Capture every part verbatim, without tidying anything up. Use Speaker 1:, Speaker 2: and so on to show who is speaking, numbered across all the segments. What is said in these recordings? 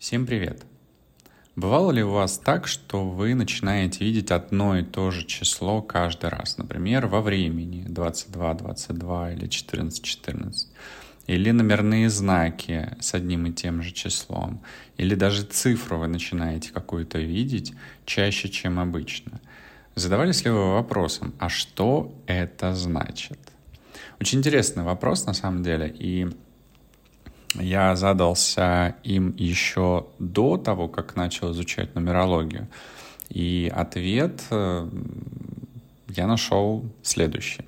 Speaker 1: Всем привет! Бывало ли у вас так, что вы начинаете видеть одно и то же число каждый раз? Например, во времени двадцать два двадцать два или четырнадцать четырнадцать. Или номерные знаки с одним и тем же числом. Или даже цифру вы начинаете какую-то видеть чаще, чем обычно. Задавались ли вы вопросом, а что это значит? Очень интересный вопрос на самом деле, и я задался им еще до того, как начал изучать нумерологию. И ответ я нашел следующий.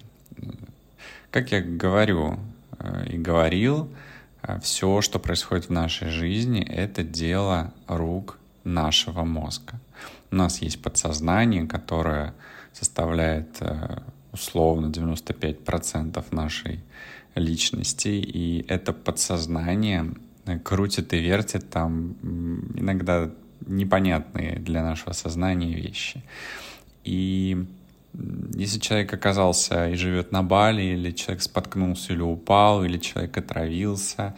Speaker 1: Как я говорю и говорил, все, что происходит в нашей жизни, это дело рук нашего мозга. У нас есть подсознание, которое составляет условно девяносто пять процентов нашей личности, и это подсознание крутит и вертит там иногда непонятные для нашего сознания вещи. И если человек оказался и живет на Бали, или человек споткнулся или упал, или человек отравился,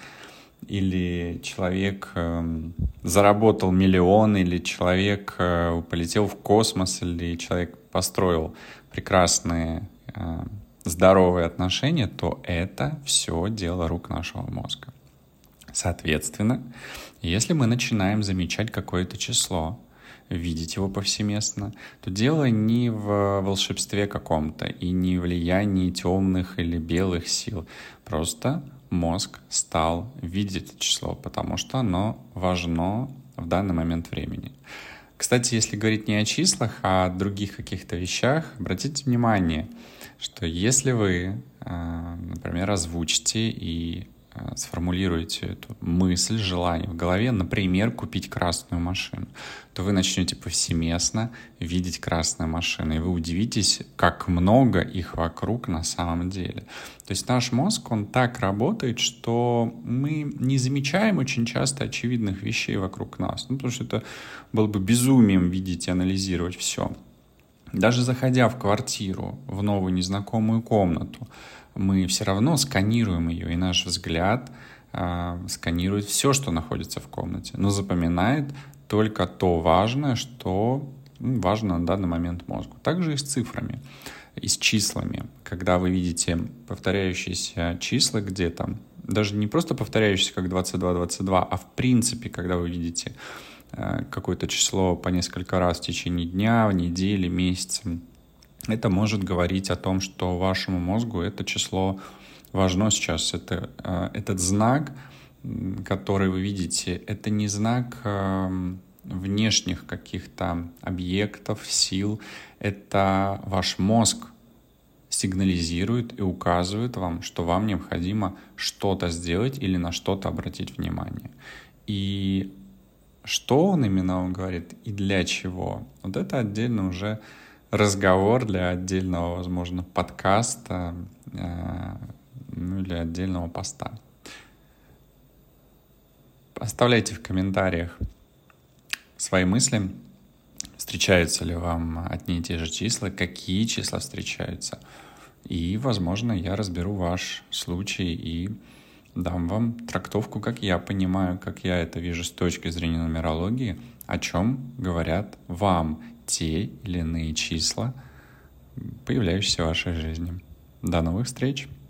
Speaker 1: или человек э, заработал миллион, или человек э, полетел в космос, или человек построил прекрасные э, здоровые отношения, то это все дело рук нашего мозга. Соответственно, если мы начинаем замечать какое-то число, видеть его повсеместно, то дело не в волшебстве каком-то и не в влиянии темных или белых сил. Просто мозг стал видеть это число, потому что оно важно в данный момент времени. Кстати, если говорить не о числах, а о других каких-то вещах, обратите внимание, что если вы, например, озвучите и сформулируете эту мысль, желание в голове, например, купить красную машину, то вы начнете повсеместно видеть красные машины, и вы удивитесь, как много их вокруг на самом деле. То есть наш мозг, он так работает, что мы не замечаем очень часто очевидных вещей вокруг нас, ну, потому что это было бы безумием видеть и анализировать все. Даже заходя в квартиру, в новую незнакомую комнату, мы все равно сканируем ее, и наш взгляд э, сканирует все, что находится в комнате, но запоминает только то важное, что ну, важно на данный момент мозгу. Также и с цифрами, и с числами. Когда вы видите повторяющиеся числа где-то, даже не просто повторяющиеся, как двадцать два двадцать два, а в принципе, когда вы видите э, какое-то число по несколько раз в течение дня, недели, месяца, это может говорить о том, что вашему мозгу это число важно сейчас. Это, э, этот знак, который вы видите, это не знак э, внешних каких-то объектов, сил. Это ваш мозг сигнализирует и указывает вам, что вам необходимо что-то сделать или на что-то обратить внимание. И что он именно вам говорит и для чего, вот это отдельно уже разговор для отдельного, возможно, подкаста э, ну, или отдельного поста. Оставляйте в комментариях свои мысли. Встречаются ли вам одни и те же числа, какие числа встречаются. И, возможно, я разберу ваш случай и дам вам трактовку, как я понимаю, как я это вижу с точки зрения нумерологии, о чем говорят вам те или иные числа, появляющиеся в вашей жизни. До новых встреч!